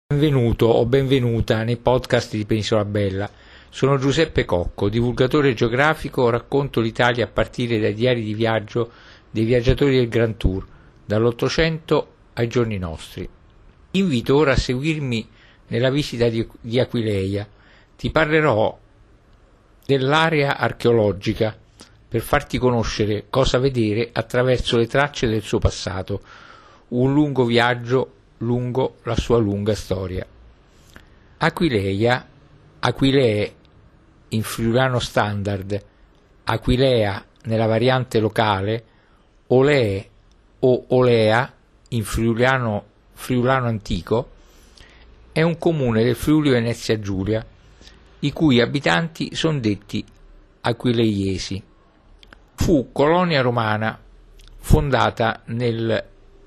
Benvenuto o benvenuta nei podcast di Penisola Bella. Sono Giuseppe Cocco, divulgatore geografico, racconto l'Italia a partire dai diari di viaggio dei viaggiatori del Grand Tour, dall'Ottocento ai giorni nostri. Invito ora a seguirmi nella visita di Aquileia. Ti parlerò dell'area archeologica per farti conoscere cosa vedere attraverso le tracce del suo passato, un lungo viaggio lungo la sua lunga storia. Aquileia, Aquilee in friulano standard, Aquilea nella variante locale, Olee o Olea in friulano antico, è un comune del Friuli Venezia Giulia, i cui abitanti sono detti aquileiesi. Fu colonia romana fondata nel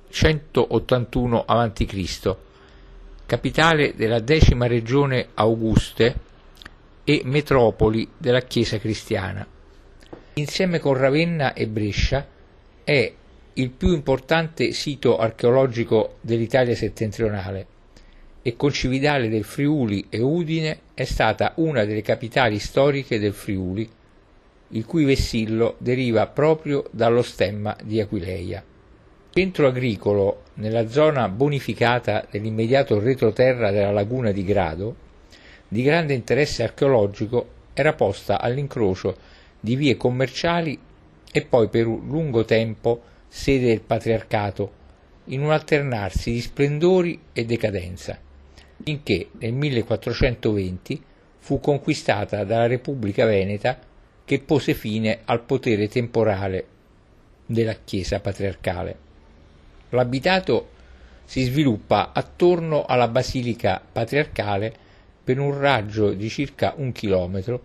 181 a.C., capitale della 10ª regione Auguste e metropoli della Chiesa cristiana. Insieme con Ravenna e Brescia è il più importante sito archeologico dell'Italia settentrionale e con Cividale del Friuli e Udine è stata una delle capitali storiche del Friuli, il cui vessillo deriva proprio dallo stemma di Aquileia. Centro agricolo nella zona bonificata dell'immediato retroterra della laguna di Grado, di grande interesse archeologico, era posta all'incrocio di vie commerciali e poi per un lungo tempo sede del patriarcato, in un alternarsi di splendori e decadenza, finché nel 1420 fu conquistata dalla Repubblica Veneta, che pose fine al potere temporale della Chiesa patriarcale. L'abitato si sviluppa attorno alla Basilica Patriarcale per un raggio di circa 1 chilometro,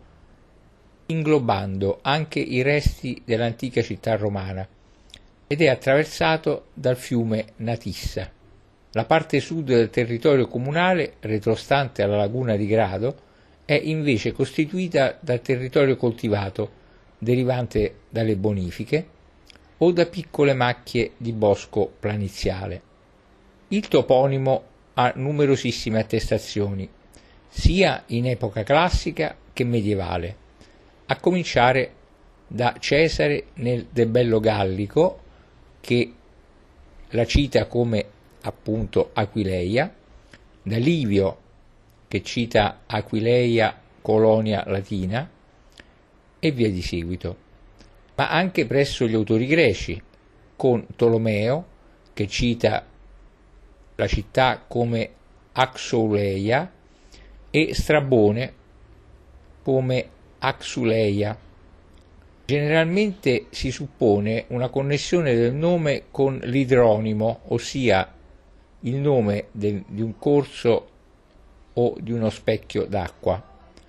inglobando anche i resti dell'antica città romana, ed è attraversato dal fiume Natissa. La parte sud del territorio comunale, retrostante alla laguna di Grado, è invece costituita dal territorio coltivato, derivante dalle bonifiche, o da piccole macchie di bosco planiziale. Il toponimo ha numerosissime attestazioni, sia in epoca classica che medievale, a cominciare da Cesare nel De Bello Gallico, che la cita come appunto Aquileia, da Livio, che cita Aquileia colonia latina, e via di seguito, ma anche presso gli autori greci, con Tolomeo, che cita la città come Axouleia, e Strabone come Axuleia. Generalmente si suppone una connessione del nome con l'idronimo, ossia il nome di un corso o di uno specchio d'acqua,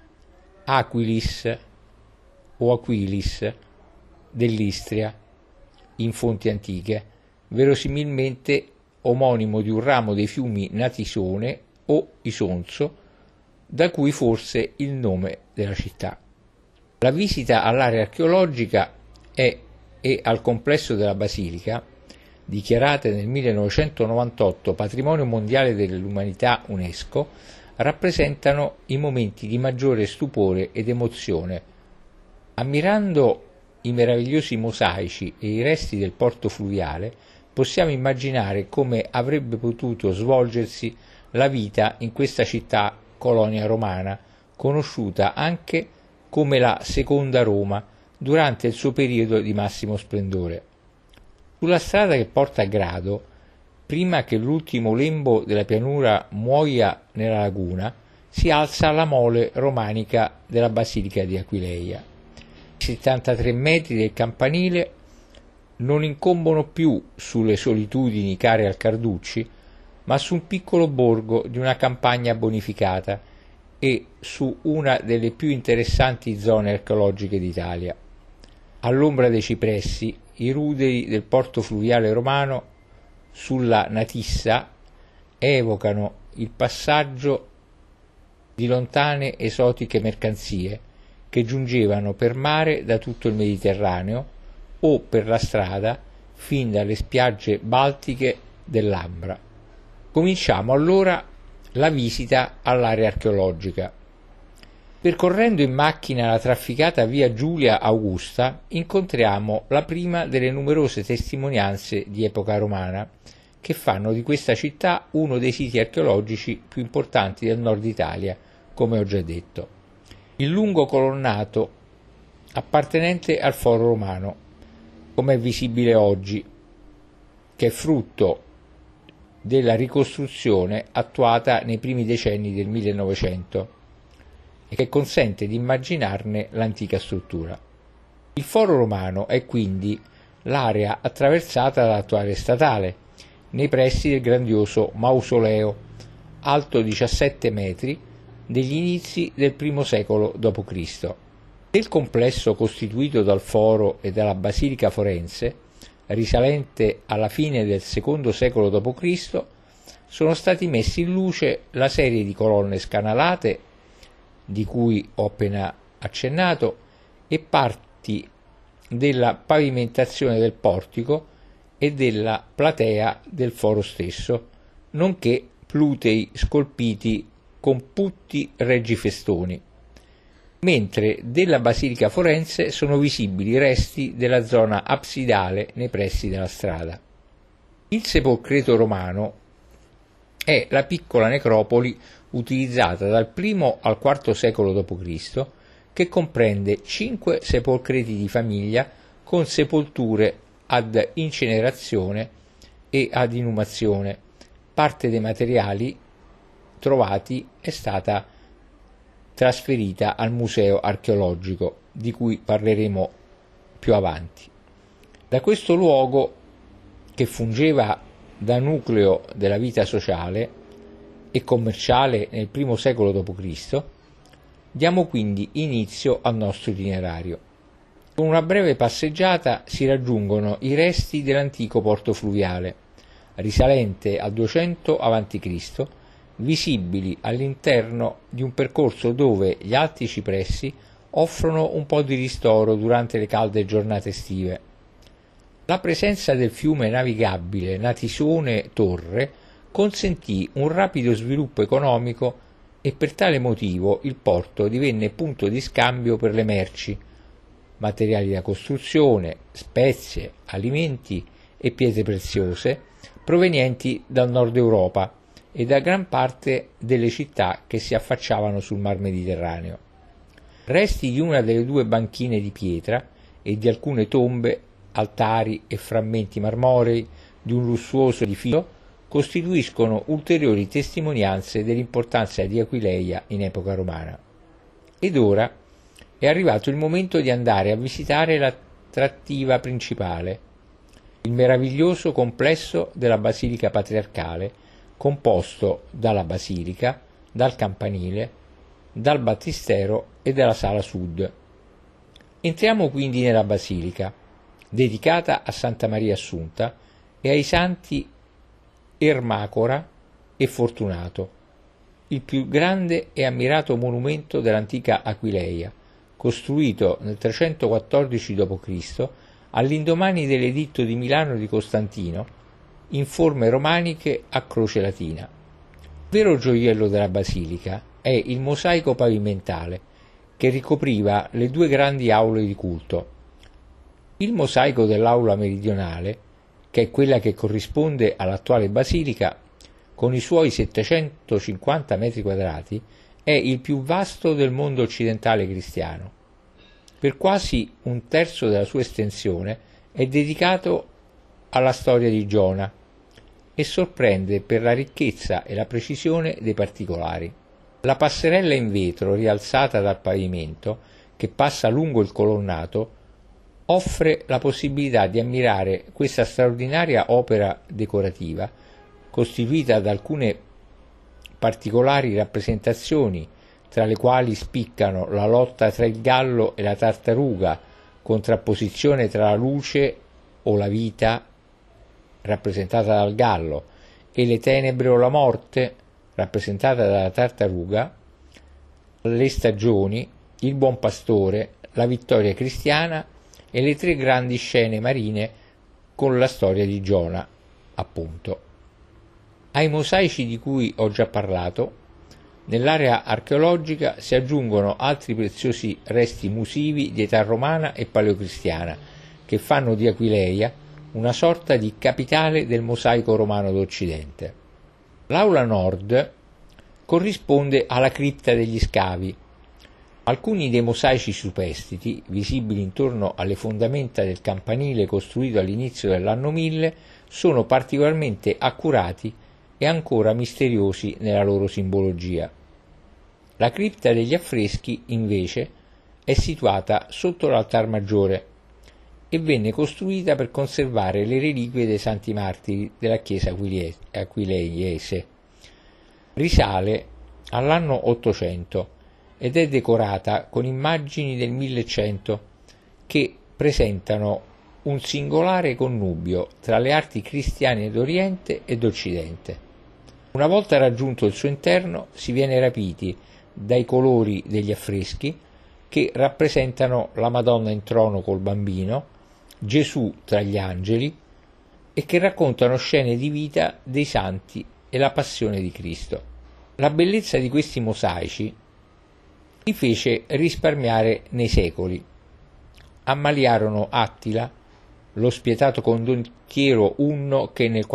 Aquilis o Aquilis dell'Istria, in fonti antiche, verosimilmente omonimo di un ramo dei fiumi Natisone o Isonzo, da cui forse il nome della città. La visita all'area archeologica e al complesso della basilica, dichiarate nel 1998 Patrimonio Mondiale dell'Umanità UNESCO, rappresentano i momenti di maggiore stupore ed emozione. Ammirando i meravigliosi mosaici e i resti del porto fluviale, possiamo immaginare come avrebbe potuto svolgersi la vita in questa città colonia romana, conosciuta anche come la Seconda Roma durante il suo periodo di massimo splendore. Sulla strada che porta a Grado, prima che l'ultimo lembo della pianura muoia nella laguna, si alza la mole romanica della Basilica di Aquileia. I 73 metri del campanile non incombono più sulle solitudini care al Carducci, ma su un piccolo borgo di una campagna bonificata e su una delle più interessanti zone archeologiche d'Italia. All'ombra dei cipressi, i ruderi del porto fluviale romano sulla Natissa evocano il passaggio di lontane esotiche mercanzie che giungevano per mare da tutto il Mediterraneo o per la strada fin dalle spiagge baltiche dell'Ambra. Cominciamo allora la visita all'area archeologica. Percorrendo in macchina la trafficata via Giulia Augusta, incontriamo la prima delle numerose testimonianze di epoca romana che fanno di questa città uno dei siti archeologici più importanti del nord Italia, come ho già detto. Il lungo colonnato appartenente al foro romano, come è visibile oggi, che è frutto della ricostruzione attuata nei primi decenni del 1900 e che consente di immaginarne l'antica struttura. Il foro romano è quindi l'area attraversata dall'attuale statale, nei pressi del grandioso mausoleo, alto 17 metri, degli inizi del I secolo d.C. Nel complesso costituito dal foro e dalla basilica forense, risalente alla fine del II secolo d.C., sono stati messi in luce la serie di colonne scanalate di cui ho appena accennato e parti della pavimentazione del portico e della platea del foro stesso, nonché plutei scolpiti con putti reggifestoni, mentre della basilica forense sono visibili resti della zona absidale nei pressi della strada. Il sepolcreto romano è la piccola necropoli utilizzata dal I al IV secolo d.C., che comprende 5 sepolcreti di famiglia con sepolture ad incinerazione e ad inumazione. Parte dei materiali trovati è stata trasferita al museo archeologico, di cui parleremo più avanti. Da questo luogo, che fungeva da nucleo della vita sociale e commerciale nel I secolo d.C., diamo quindi inizio al nostro itinerario. Con una breve passeggiata si raggiungono i resti dell'antico porto fluviale, risalente al 200 a.C., visibili all'interno di un percorso dove gli alti cipressi offrono un po' di ristoro durante le calde giornate estive. La presenza del fiume navigabile Natisone-Torre consentì un rapido sviluppo economico e per tale motivo il porto divenne punto di scambio per le merci, materiali da costruzione, spezie, alimenti e pietre preziose provenienti dal nord Europa e da gran parte delle città che si affacciavano sul mar Mediterraneo. Resti di una delle 2 banchine di pietra e di alcune tombe, altari e frammenti marmorei di un lussuoso edificio costituiscono ulteriori testimonianze dell'importanza di Aquileia in epoca romana. Ed ora è arrivato il momento di andare a visitare l'attrattiva principale, il meraviglioso complesso della Basilica Patriarcale, composto dalla basilica, dal campanile, dal battistero e dalla sala sud. Entriamo quindi nella basilica, dedicata a Santa Maria Assunta e ai santi Ermacora e Fortunato, il più grande e ammirato monumento dell'antica Aquileia, costruito nel 314 d.C. all'indomani dell'editto di Milano di Costantino, in forme romaniche a croce latina. Il vero gioiello della basilica è il mosaico pavimentale che ricopriva le 2 grandi aule di culto. Il mosaico dell'aula meridionale, che è quella che corrisponde all'attuale basilica, con i suoi 750 metri quadrati, è il più vasto del mondo occidentale cristiano. Per quasi un terzo della sua estensione è dedicato alla storia di Giona e sorprende per la ricchezza e la precisione dei particolari. La passerella in vetro rialzata dal pavimento, che passa lungo il colonnato, offre la possibilità di ammirare questa straordinaria opera decorativa, costituita da alcune particolari rappresentazioni, tra le quali spiccano la lotta tra il gallo e la tartaruga, contrapposizione tra la luce o la vita, rappresentata dal gallo, e le tenebre o la morte, rappresentata dalla tartaruga, le stagioni, il buon pastore, la vittoria cristiana e le 3 grandi scene marine con la storia di Giona, appunto. Ai mosaici di cui ho già parlato, nell'area archeologica si aggiungono altri preziosi resti musivi di età romana e paleocristiana, che fanno di Aquileia una sorta di capitale del mosaico romano d'Occidente. L'aula nord corrisponde alla cripta degli scavi. Alcuni dei mosaici superstiti, visibili intorno alle fondamenta del campanile costruito all'inizio dell'anno 1000, sono particolarmente accurati e ancora misteriosi nella loro simbologia. La cripta degli affreschi, invece, è situata sotto l'altar maggiore e venne costruita per conservare le reliquie dei santi martiri della chiesa aquileiese. Risale all'anno 800 ed è decorata con immagini del 1100 che presentano un singolare connubio tra le arti cristiane d'Oriente e d'Occidente. Una volta raggiunto il suo interno si viene rapiti dai colori degli affreschi che rappresentano la Madonna in trono col bambino, Gesù tra gli angeli e che raccontano scene di vita dei santi e la passione di Cristo. La bellezza di questi mosaici li fece risparmiare nei secoli. Ammaliarono Attila, lo spietato condottiero Unno che nel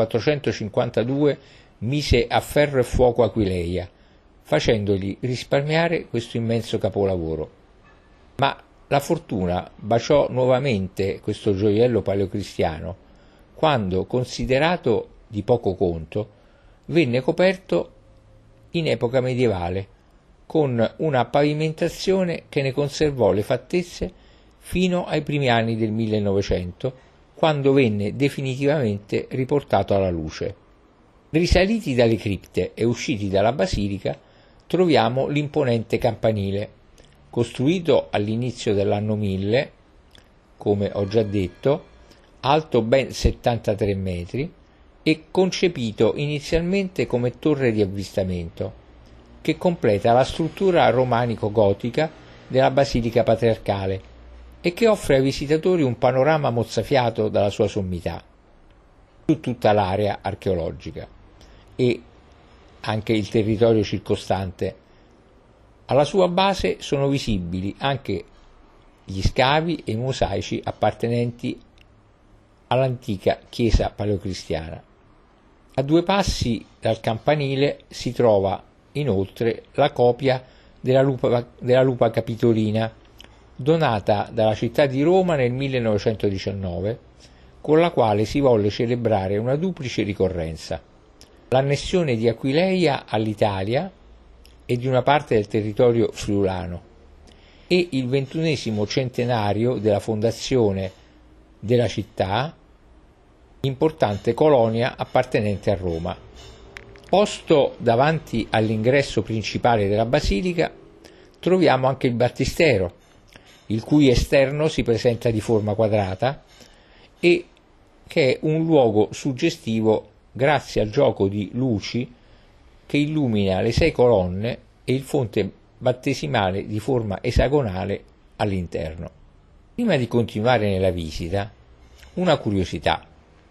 452 mise a ferro e fuoco Aquileia, facendogli risparmiare questo immenso capolavoro. Ma la fortuna baciò nuovamente questo gioiello paleocristiano quando, considerato di poco conto, venne coperto in epoca medievale con una pavimentazione che ne conservò le fattezze fino ai primi anni del 1900, quando venne definitivamente riportato alla luce. Risaliti dalle cripte e usciti dalla basilica, troviamo l'imponente campanile, costruito all'inizio dell'anno 1000, come ho già detto, alto ben 73 metri e concepito inizialmente come torre di avvistamento, che completa la struttura romanico-gotica della basilica patriarcale e che offre ai visitatori un panorama mozzafiato dalla sua sommità su tutta l'area archeologica e anche il territorio circostante. Alla sua base sono visibili anche gli scavi e i mosaici appartenenti all'antica chiesa paleocristiana. A 2 passi dal campanile si trova inoltre la copia della lupa capitolina, donata dalla città di Roma nel 1919, con la quale si volle celebrare una duplice ricorrenza: l'annessione di Aquileia all'Italia e di una parte del territorio friulano e il 21° centenario della fondazione della città, importante colonia appartenente a Roma. Posto davanti all'ingresso principale della basilica troviamo anche il battistero, il cui esterno si presenta di forma quadrata e che è un luogo suggestivo grazie al gioco di luci che illumina le 6 colonne e il fonte battesimale di forma esagonale all'interno. Prima di continuare nella visita, una curiosità.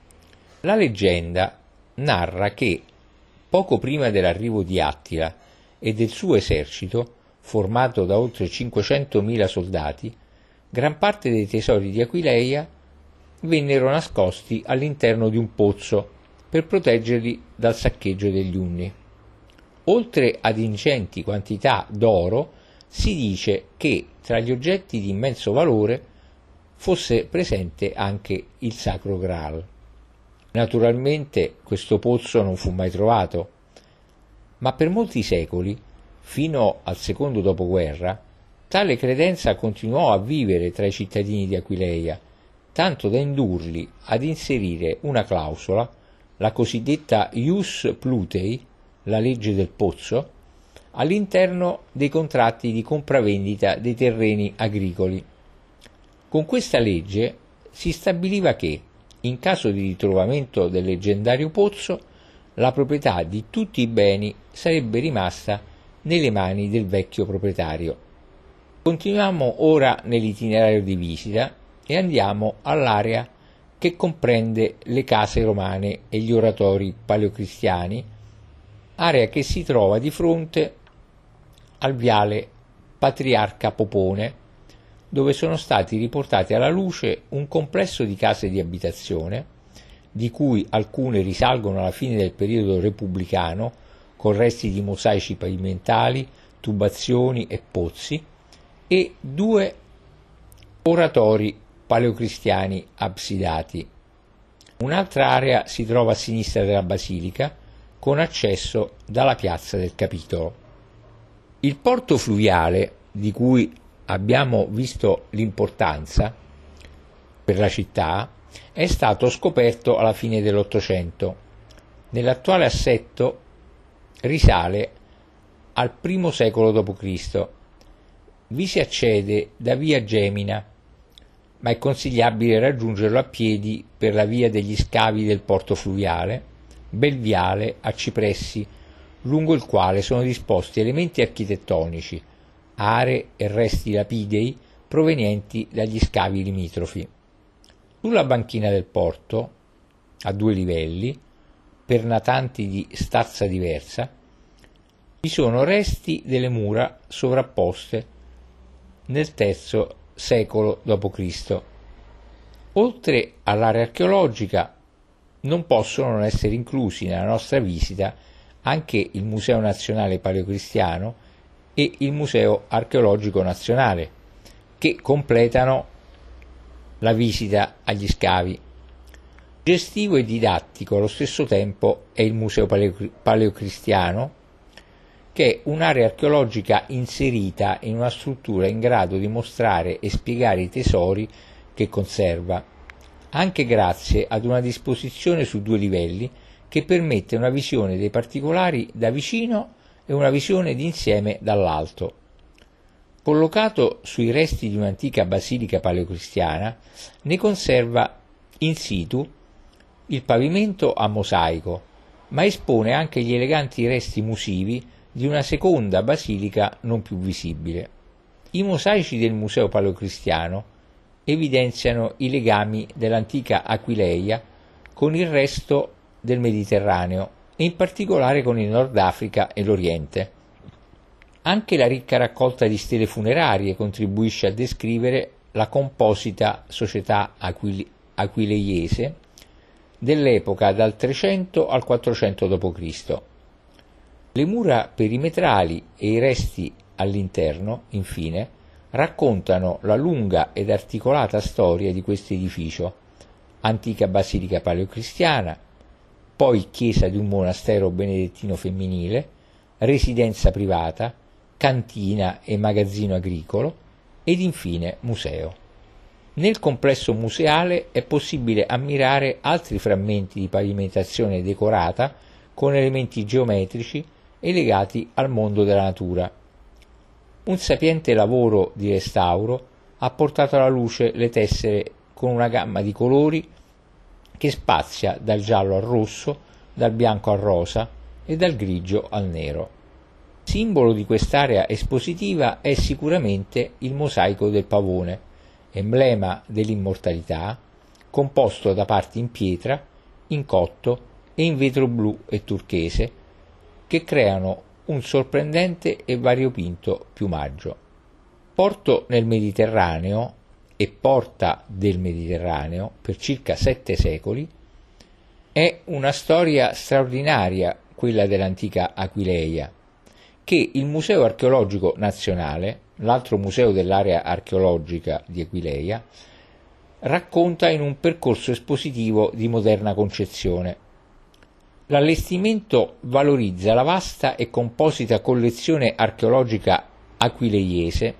La leggenda narra che, poco prima dell'arrivo di Attila e del suo esercito, formato da oltre 500.000 soldati, gran parte dei tesori di Aquileia vennero nascosti all'interno di un pozzo per proteggerli dal saccheggio degli Unni. Oltre ad ingenti quantità d'oro, si dice che tra gli oggetti di immenso valore fosse presente anche il Sacro Graal. Naturalmente questo pozzo non fu mai trovato, ma per molti secoli, fino al secondo dopoguerra, tale credenza continuò a vivere tra i cittadini di Aquileia, tanto da indurli ad inserire una clausola, la cosiddetta Ius Plutei, la legge del pozzo, all'interno dei contratti di compravendita dei terreni agricoli. Con questa legge si stabiliva che, in caso di ritrovamento del leggendario pozzo, la proprietà di tutti i beni sarebbe rimasta nelle mani del vecchio proprietario. Continuiamo ora nell'itinerario di visita e andiamo all'area che comprende le case romane e gli oratori paleocristiani area che si trova di fronte al viale Patriarca Popone, dove sono stati riportati alla luce un complesso di case di abitazione, di cui alcune risalgono alla fine del periodo repubblicano, con resti di mosaici pavimentali, tubazioni e pozzi, e 2 oratori paleocristiani absidati. Un'altra area si trova a sinistra della basilica, con accesso dalla piazza del Capitolo. Il porto fluviale, di cui abbiamo visto l'importanza per la città, è stato scoperto alla fine dell'Ottocento. Nell'attuale assetto risale al I secolo d.C. Vi si accede da via Gemina, ma è consigliabile raggiungerlo a piedi per la via degli scavi del porto fluviale, bel viale a cipressi, lungo il quale sono disposti elementi architettonici, aree e resti lapidei provenienti dagli scavi limitrofi. Sulla banchina del porto, a 2 livelli, per natanti di stazza diversa, vi sono resti delle mura sovrapposte nel III secolo d.C. Oltre all'area archeologica, non possono non essere inclusi nella nostra visita anche il Museo Nazionale Paleocristiano e il Museo Archeologico Nazionale, che completano la visita agli scavi. Gestivo e didattico allo stesso tempo è il Museo Paleocristiano, che è un'area archeologica inserita in una struttura in grado di mostrare e spiegare i tesori che conserva, anche grazie ad una disposizione su 2 livelli che permette una visione dei particolari da vicino e una visione d'insieme dall'alto. Collocato sui resti di un'antica basilica paleocristiana, ne conserva in situ il pavimento a mosaico, ma espone anche gli eleganti resti musivi di una seconda basilica non più visibile. I mosaici del Museo Paleocristiano evidenziano i legami dell'antica Aquileia con il resto del Mediterraneo e in particolare con il Nord Africa e l'Oriente. Anche la ricca raccolta di stele funerarie contribuisce a descrivere la composita società aquileiese dell'epoca dal 300 al 400 d.C. Le mura perimetrali e i resti all'interno, infine, raccontano la lunga ed articolata storia di questo edificio, antica basilica paleocristiana, poi chiesa di un monastero benedettino femminile, residenza privata, cantina e magazzino agricolo ed infine museo. Nel complesso museale è possibile ammirare altri frammenti di pavimentazione decorata con elementi geometrici e legati al mondo della natura. Un sapiente lavoro di restauro ha portato alla luce le tessere con una gamma di colori che spazia dal giallo al rosso, dal bianco al rosa e dal grigio al nero. Simbolo di quest'area espositiva è sicuramente il mosaico del pavone, emblema dell'immortalità, composto da parti in pietra, in cotto e in vetro blu e turchese, che creano un sorprendente e variopinto piumaggio. Porto nel Mediterraneo e porta del Mediterraneo per circa 7 secoli, è una storia straordinaria quella dell'antica Aquileia, che il Museo Archeologico Nazionale, l'altro museo dell'area archeologica di Aquileia, racconta in un percorso espositivo di moderna concezione. L'allestimento valorizza la vasta e composita collezione archeologica aquileiese,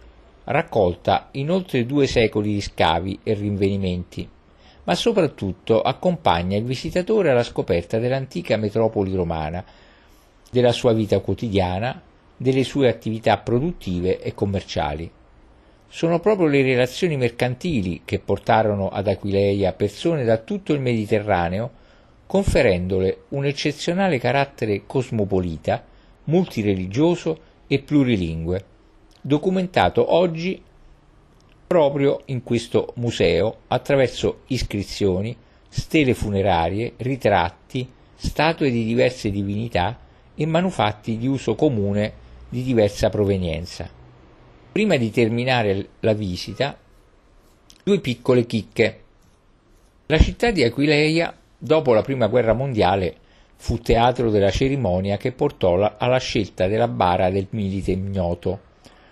raccolta in oltre 2 secoli di scavi e rinvenimenti, ma soprattutto accompagna il visitatore alla scoperta dell'antica metropoli romana, della sua vita quotidiana, delle sue attività produttive e commerciali. Sono proprio le relazioni mercantili che portarono ad Aquileia persone da tutto il Mediterraneo, conferendole un eccezionale carattere cosmopolita, multireligioso e plurilingue, documentato oggi proprio in questo museo attraverso iscrizioni, stele funerarie, ritratti, statue di diverse divinità e manufatti di uso comune di diversa provenienza. Prima di terminare la visita, due piccole chicche. La città di Aquileia, dopo la Prima Guerra Mondiale, fu teatro della cerimonia che portò alla scelta della bara del milite ignoto.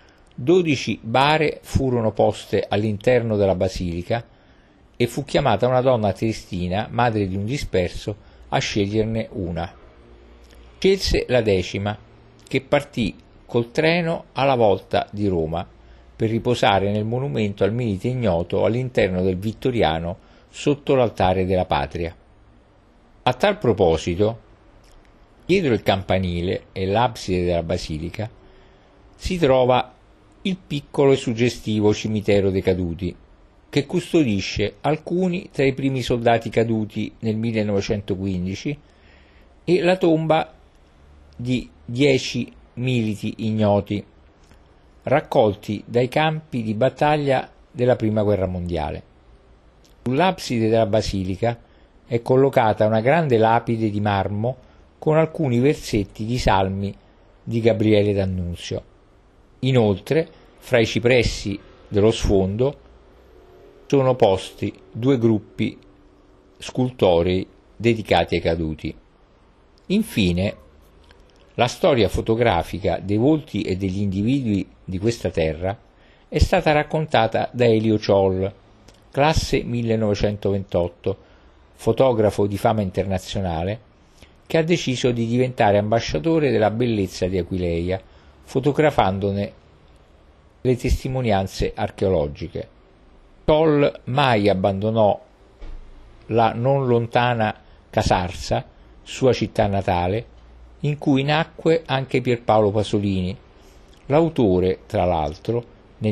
12 bare furono poste all'interno della basilica e fu chiamata una donna triestina, madre di un disperso, a sceglierne una. Scelse la 10ª, che partì col treno alla volta di Roma per riposare nel monumento al milite ignoto all'interno del Vittoriano sotto l'altare della patria. A tal proposito, dietro il campanile e l'abside della basilica si trova il piccolo e suggestivo cimitero dei caduti, che custodisce alcuni tra i primi soldati caduti nel 1915 e la tomba di 10 militi ignoti raccolti dai campi di battaglia della Prima Guerra Mondiale. Sull'abside della basilica è collocata una grande lapide di marmo con alcuni versetti di salmi di Gabriele D'Annunzio. Inoltre, fra i cipressi dello sfondo sono posti due gruppi scultorei dedicati ai caduti. Infine, la storia fotografica dei volti e degli individui di questa terra è stata raccontata da Elio Ciol, classe 1928, fotografo di fama internazionale, che ha deciso di diventare ambasciatore della bellezza di Aquileia, fotografandone le testimonianze archeologiche. Ciol mai abbandonò la non lontana Casarsa, sua città natale, in cui nacque anche Pierpaolo Pasolini, l'autore, tra l'altro, nel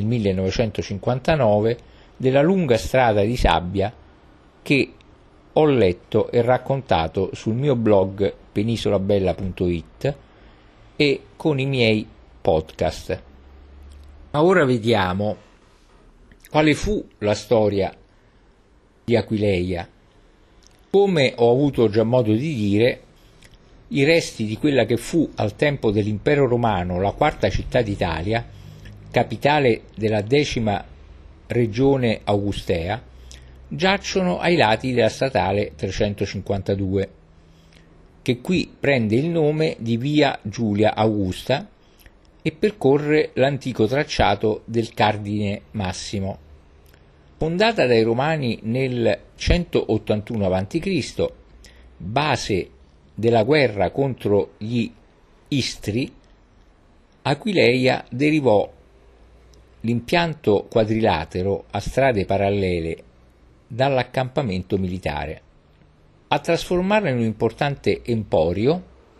1959, della lunga strada di sabbia che ho letto e raccontato sul mio blog penisolabella.it e con i miei podcast. Ma ora vediamo quale fu la storia di Aquileia. Come ho avuto già modo di dire, i resti di quella che fu al tempo dell'Impero Romano la quarta città d'Italia, capitale della 10ª regione augustea, giacciono ai lati della statale 352, che qui prende il nome di via Giulia Augusta e percorre l'antico tracciato del Cardine Massimo. Fondata dai Romani nel 181 a.C., base della guerra contro gli Istri, Aquileia derivò l'impianto quadrilatero a strade parallele dall'accampamento militare. A trasformarla in un importante emporio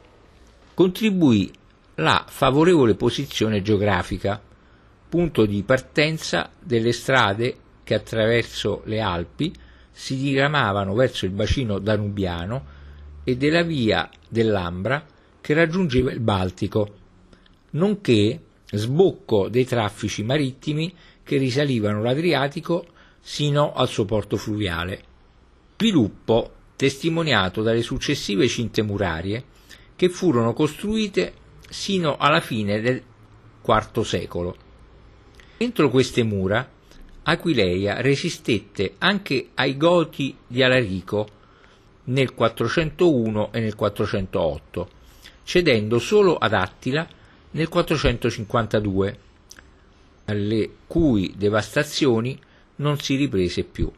contribuì la favorevole posizione geografica, punto di partenza delle strade che attraverso le Alpi si diramavano verso il bacino danubiano e della via dell'Ambra che raggiungeva il Baltico, nonché sbocco dei traffici marittimi che risalivano l'Adriatico sino al suo porto fluviale. Sviluppo testimoniato dalle successive cinte murarie che furono costruite sino alla fine del IV secolo. Entro queste mura Aquileia resistette anche ai Goti di Alarico nel 401 e nel 408, cedendo solo ad Attila nel 452, alle cui devastazioni non si riprese più.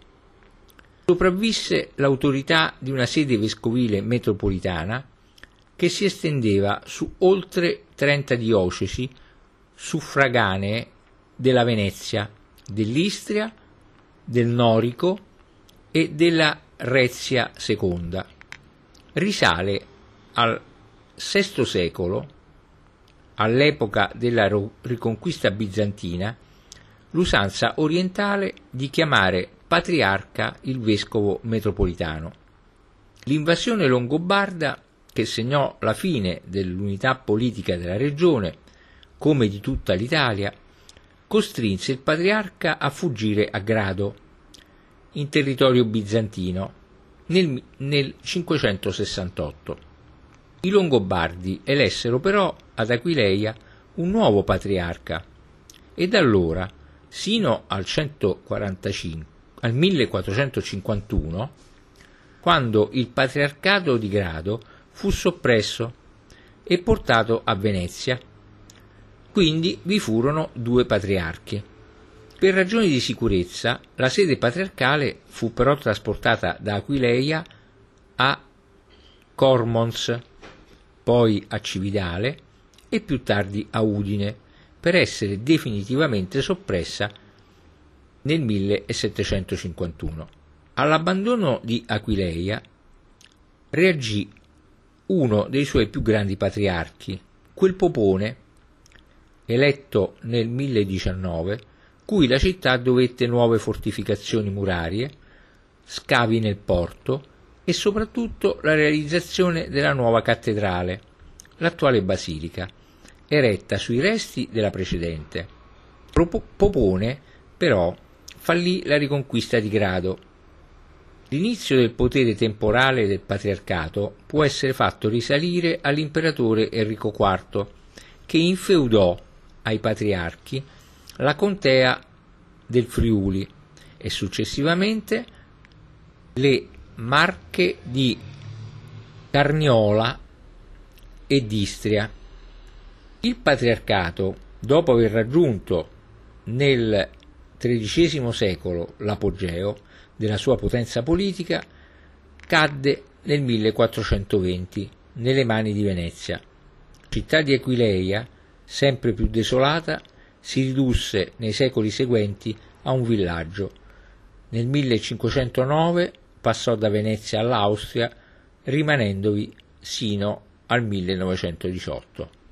Sopravvisse l'autorità di una sede vescovile metropolitana che si estendeva su oltre 30 diocesi suffraganee della Venezia, dell'Istria, del Norico e della Rezia II. Risale al VI secolo, all'epoca della riconquista bizantina, l'usanza orientale di chiamare patriarca il vescovo metropolitano. L'invasione longobarda, che segnò la fine dell'unità politica della regione, come di tutta l'Italia, costrinse il patriarca a fuggire a Grado, in territorio bizantino, nel 568. I Longobardi elessero però ad Aquileia un nuovo patriarca e da allora, sino al 1451, quando il patriarcato di Grado fu soppresso e portato a Venezia. Quindi vi furono due patriarchi. Per ragioni di sicurezza, la sede patriarcale fu però trasportata da Aquileia a Cormons, poi a Cividale e più tardi a Udine, per essere definitivamente soppressa nel 1751. All'abbandono di Aquileia reagì uno dei suoi più grandi patriarchi, quel Popone, eletto nel 1019, cui la città dovette nuove fortificazioni murarie, scavi nel porto e soprattutto la realizzazione della nuova cattedrale, l'attuale basilica, eretta sui resti della precedente. Popone, però, fallì la riconquista di Grado. L'inizio del potere temporale del patriarcato può essere fatto risalire all'imperatore Enrico IV, che infeudò ai patriarchi la contea del Friuli e successivamente le Marche di Carniola e d'Istria. Il patriarcato, dopo aver raggiunto nel XIII secolo l'apogeo della sua potenza politica, cadde nel 1420 nelle mani di Venezia. La città di Aquileia, sempre più desolata, si ridusse nei secoli seguenti a un villaggio. Nel 1509 passò da Venezia all'Austria, rimanendovi sino al 1918.